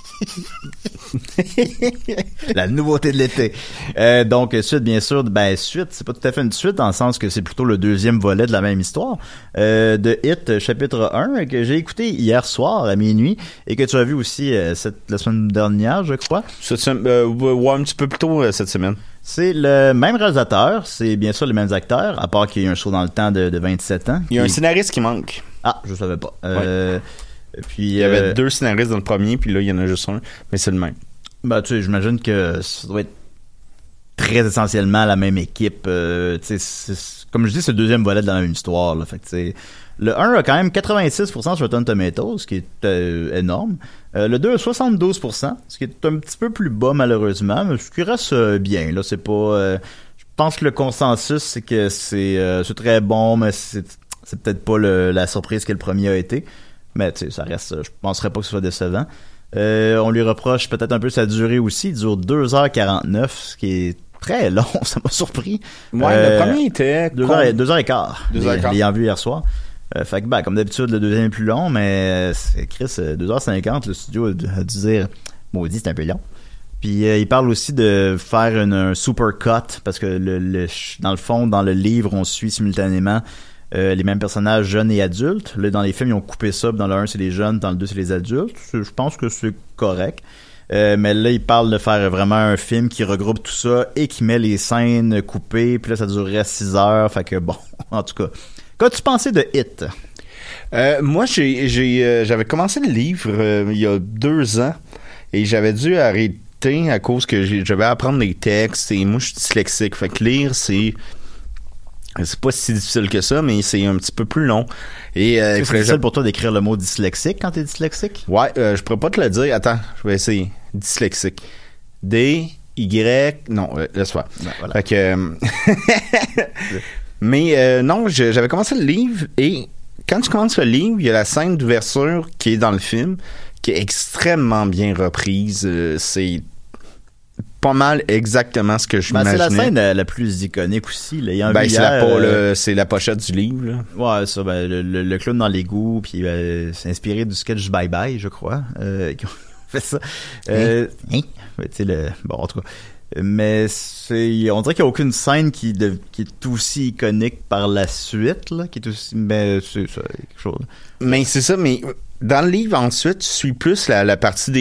La nouveauté de l'été. Donc suite, bien sûr, suite, c'est pas tout à fait une suite dans le sens que c'est plutôt le deuxième volet de la même histoire, de It chapitre 1 que j'ai écouté hier soir à minuit et que tu as vu aussi la semaine dernière, je crois. Ouais, un petit peu plus tôt cette semaine. C'est le même réalisateur, c'est bien sûr les mêmes acteurs, à part qu'il y a eu un saut dans le temps de 27 ans. Il y a un scénariste qui manque. Ah, je savais pas. Puis, il y avait 2 scénaristes dans le premier, puis là, il y en a juste un, mais c'est le même. Ben, tu sais, j'imagine que ça doit être très essentiellement la même équipe. Tu sais, comme je dis, c'est le deuxième volet de la même histoire, là. Fait que, tu sais, le 1 a quand même 86% sur Rotten Tomatoes, ce qui est énorme. Le 2 a 72%, ce qui est un petit peu plus bas, malheureusement, mais ce qui reste bien, là. C'est pas... je pense que le consensus, c'est que c'est très bon, mais c'est peut-être pas la surprise que le premier a été. Mais tu sais, ça reste, je penserais pas que ce soit décevant. On lui reproche peut-être un peu sa durée aussi. Il dure 2h49, ce qui est très long, ça m'a surpris. Ouais, le premier était 2h15. L'ayant vu hier soir. Fait que comme d'habitude, le deuxième est plus long, mais c'est Chris, 2h50, le studio a dû dire maudit, c'est un peu long. Puis il parle aussi de faire un super cut, parce que dans le fond, dans le livre, on suit simultanément les mêmes personnages jeunes et adultes. Là, dans les films, ils ont coupé ça. Dans le 1, c'est les jeunes. Dans le 2, c'est les adultes. Je pense que c'est correct. Mais là, il parle de faire vraiment un film qui regroupe tout ça et qui met les scènes coupées. Puis là, ça durerait 6 heures. Fait que bon, en tout cas. Qu'as-tu pensé de It? Moi, j'avais commencé le livre il y a 2 ans et j'avais dû arrêter à cause que j'avais à apprendre des textes et moi, je suis dyslexique. Fait que lire, c'est pas si difficile que ça, mais c'est un petit peu plus long. Et c'est difficile pour toi d'écrire le mot dyslexique quand t'es dyslexique? Ouais, je pourrais pas te le dire. Attends, je vais essayer. Dyslexique. Non, laisse faire. Ben, voilà. Fait que... Mais non, j'avais commencé le livre et quand tu commences le livre, il y a la scène d'ouverture qui est dans le film, qui est extrêmement bien reprise. C'est pas mal exactement ce que je m'imaginais. C'est la scène la plus iconique aussi. Là. C'est la pochette du livre. Là. Ouais, ça, le clown dans l'égout, puis c'est inspiré du sketch Bye Bye, je crois, qui ont fait ça. Bon, en tout cas. Mais on dirait qu'il n'y a aucune scène qui est aussi iconique par la suite, là, qui est aussi, mais c'est ça, quelque chose. Mais c'est ça, mais dans le livre, ensuite, tu suis plus la partie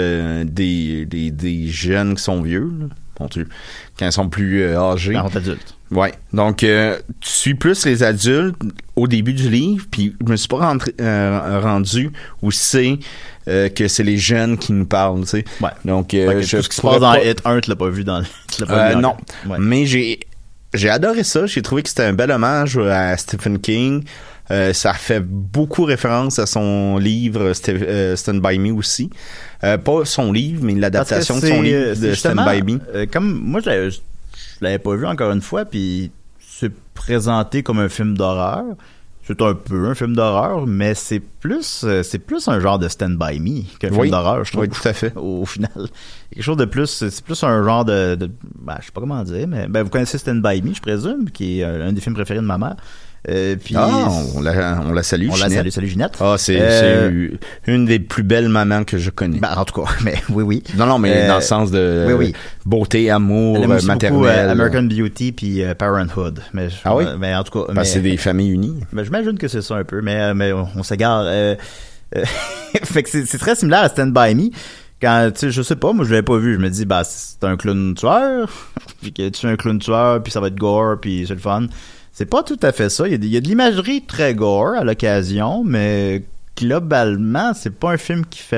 des jeunes qui sont vieux, là. Bon, quand ils sont plus âgés. Quand adultes. Ouais. Donc, tu suis plus les adultes au début du livre, puis je me suis pas rendu où c'est que c'est les jeunes qui nous parlent, tu sais. Ouais. Donc, tout ce qui se passe dans It 1, tu l'as pas vu dans non. Ouais. Mais j'ai adoré ça. J'ai trouvé que c'était un bel hommage à Stephen King. Ça fait beaucoup référence à son livre Stand By Me aussi. Pas son livre, mais l'adaptation de son livre de Stand By Me. Comme moi, je l'avais pas vu encore une fois, puis c'est présenté comme un film d'horreur. C'est un peu un film d'horreur, mais c'est plus un genre de Stand By Me qu'un film d'horreur, je trouve. Oui, tout à fait. Au final, quelque chose de plus, c'est plus un genre de je sais pas comment dire, mais vous connaissez Stand By Me, je présume, qui est un des films préférés de ma mère. Puis on la salue, Ginette. Salut Ginette. C'est une des plus belles mamans que je connais. En tout cas, mais oui. Non, mais dans le sens de beauté, amour, maternelle. American Beauty puis Parenthood. Mais mais en tout cas, c'est des familles unies. Ben, j'imagine que c'est ça un peu, mais on s'égare. Fait que c'est très similaire à Stand By Me. Quand, tu sais, je sais pas, moi je l'avais pas vu, je me dis c'est un clown tueur, puis que tu es un clown tueur, puis ça va être gore, puis c'est le fun. C'est pas tout à fait ça. Il y a de l'imagerie très gore à l'occasion, mais globalement, c'est pas un film qui fait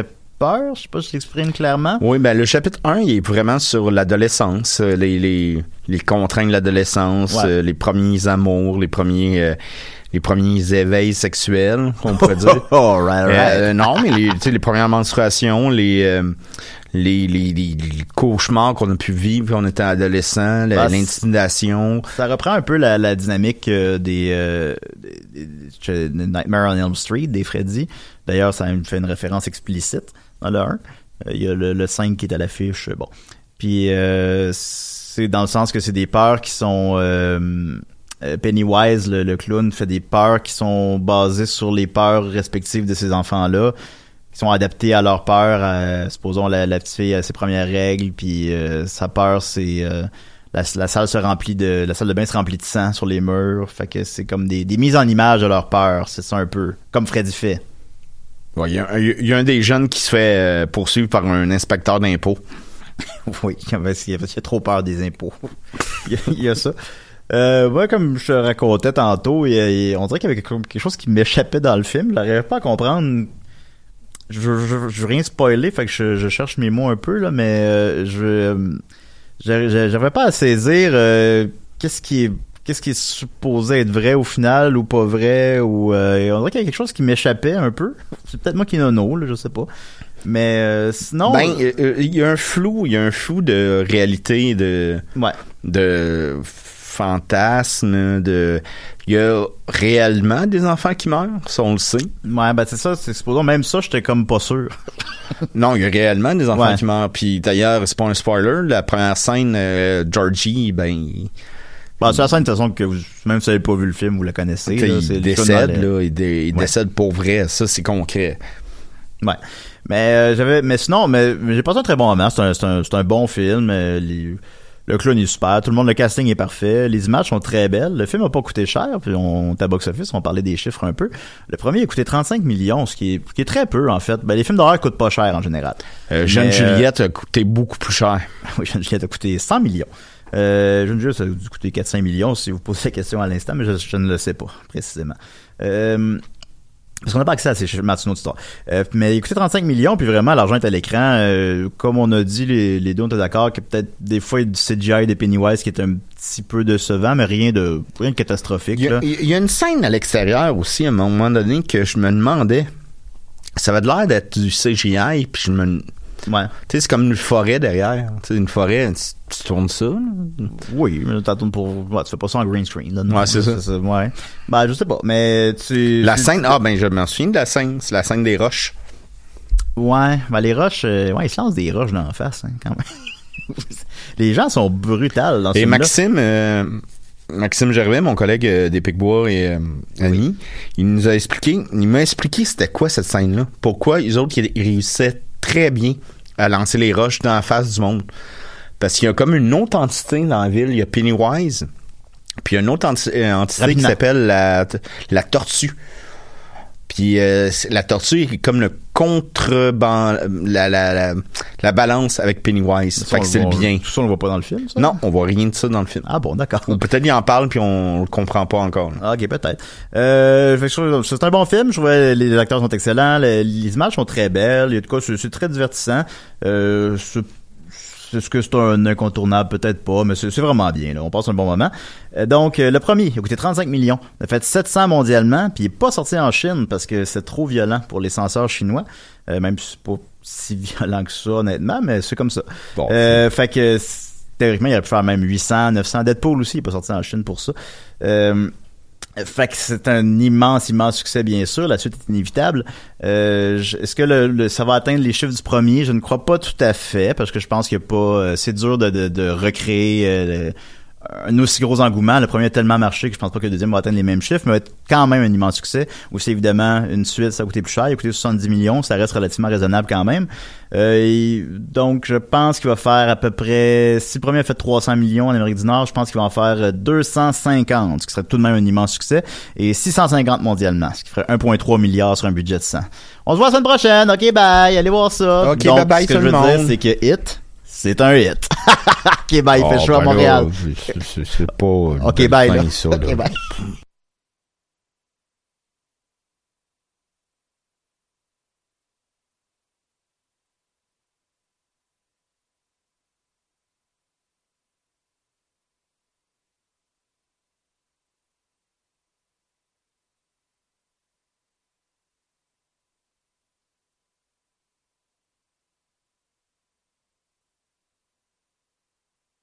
peur. Je sais pas si je l'exprime clairement. Oui, ben le chapitre 1, il est vraiment sur l'adolescence, les contraintes de l'adolescence, les premiers amours, les premiers éveils sexuels, on pourrait dire. right. Non, mais les premières menstruations, les cauchemars qu'on a pu vivre quand on était adolescent, l'intimidation. Ça reprend un peu la dynamique des Nightmare on Elm Street, des Freddy. D'ailleurs, ça me fait une référence explicite dans le 1. Il y a le 5 qui est à l'affiche. Bon. Puis c'est dans le sens que c'est des peurs qui sont... Pennywise, le clown, fait des peurs qui sont basées sur les peurs respectives de ces enfants-là, qui sont adaptés à leur peur. Supposons la petite fille a ses premières règles, puis sa peur, c'est la salle de bain se remplit de sang sur les murs. Fait que c'est comme des mises en image de leur peur. C'est ça un peu comme Freddy fait. Ouais, il y a un des jeunes qui se fait poursuivre par un inspecteur d'impôts. Oui, il a trop peur des impôts. Il y a ça. Comme je te racontais tantôt, on dirait qu'il y avait quelque chose qui m'échappait dans le film. Je n'arrivais pas à comprendre. Je veux rien spoiler, fait que je cherche mes mots un peu là, mais j'arrivais pas à saisir qu'est-ce qui est supposé être vrai au final ou pas vrai, ou on dirait qu'il y a quelque chose qui m'échappait un peu. C'est peut-être moi qui nono, là, je sais pas. Mais sinon, il y a un flou de réalité, de fantasme, il y a réellement des enfants qui meurent, ça on le sait. Ouais, c'est ça, c'est supposons même ça, j'étais comme pas sûr. Non, il y a réellement des enfants qui meurent, puis d'ailleurs, c'est pas un spoiler, la première scène, Georgie, c'est la scène de toute façon que même si vous n'avez pas vu le film, vous la connaissez. Là, il décède, il décède pour vrai, ça c'est concret. Ouais. Mais sinon, j'ai passé un très bon moment, c'est un bon film, le clown est super, le casting est parfait, les images sont très belles, le film a pas coûté cher, puis on est à box-office, on parlait des chiffres un peu. Le premier a coûté 35 millions, ce qui est très peu en fait. Les films d'horreur coûtent pas cher en général. Jeune Juliette a coûté beaucoup plus cher. Oui, Jeune Juliette a coûté 100 millions. Jeune Juliette, ça a dû coûter 4-5 millions si vous posez la question à l'instant, mais je ne le sais pas précisément. Parce qu'on n'a pas accès à ces chiffres, c'est une autre histoire. Mais il coûtait 35 millions, puis vraiment, l'argent est à l'écran. Comme on a dit, les deux, on était d'accord que peut-être des fois, il y a du CGI des Pennywise qui est un petit peu décevant, mais rien de catastrophique. Il y a une scène à l'extérieur aussi, à un moment donné, que je me demandais. Ça avait l'air d'être du CGI, puis je me... Ouais. Tu sais, c'est comme une forêt derrière. Tu sais, une forêt, tu tournes ça, là. Oui, mais tu tournes pour... Ouais, tu fais pas ça en green screen, là. Non, ouais, c'est ça. Ouais. Je sais pas, mais La scène... je m'en souviens de la scène. C'est la scène des roches. Ouais, les roches... ils se lancent des roches dans la face, hein, quand même. Les gens sont brutales dans ce film-là. Et Maxime Gervais, mon collègue des Picbois et Annie, il m'a expliqué c'était quoi cette scène-là. Pourquoi les autres, ils réussissaient très bien à lancer les roches dans la face du monde. Parce qu'il y a comme une autre entité dans la ville. Il y a Pennywise. Puis il y a une autre entité qui s'appelle la tortue. Puis la tortue est comme le la balance avec Pennywise. Fait que c'est le bien. Tout ça, on le voit pas dans le film, ça? Non, on voit rien de ça dans le film. Ah bon, d'accord. Ou peut-être il en parle puis on le comprend pas encore. Ah, ok, peut-être. C'est un bon film. Je trouvais les acteurs sont excellents. Les images sont très belles. Il y a de quoi, c'est très divertissant. Est-ce que c'est un incontournable? Peut-être pas, mais c'est vraiment bien. Là. On passe un bon moment. Donc, le premier, il a coûté 35 millions. Il a fait 700 mondialement, puis il n'est pas sorti en Chine parce que c'est trop violent pour les censeurs chinois. Même si c'est pas si violent que ça, honnêtement, mais c'est comme ça. Bon, fait que, théoriquement, il aurait pu faire même 800, 900. Deadpool aussi, il n'est pas sorti en Chine pour ça. Fait que c'est un immense succès, bien sûr. La suite est inévitable. Est-ce que ça va atteindre les chiffres du premier? Je ne crois pas tout à fait, parce que je pense qu'il n'y a pas... c'est dur de recréer un aussi gros engouement. Le premier a tellement marché que je pense pas que le deuxième va atteindre les mêmes chiffres, mais va être quand même un immense succès. Aussi, évidemment, une suite, ça a coûté plus cher. Il a coûté 70 millions. Ça reste relativement raisonnable quand même. Donc, je pense qu'il va faire à peu près... Si le premier a fait 300 millions en Amérique du Nord, je pense qu'il va en faire 250, ce qui serait tout de même un immense succès, et 650 mondialement, ce qui ferait 1,3 milliard sur un budget de 100. On se voit la semaine prochaine. OK, bye. Allez voir ça. OK, donc, bye, ce que je veux dire, c'est que Hit, c'est un hit. OK, bye. Il fait chaud à Montréal. C'est pas... OK, bye. Là. Ça, là. OK, bye.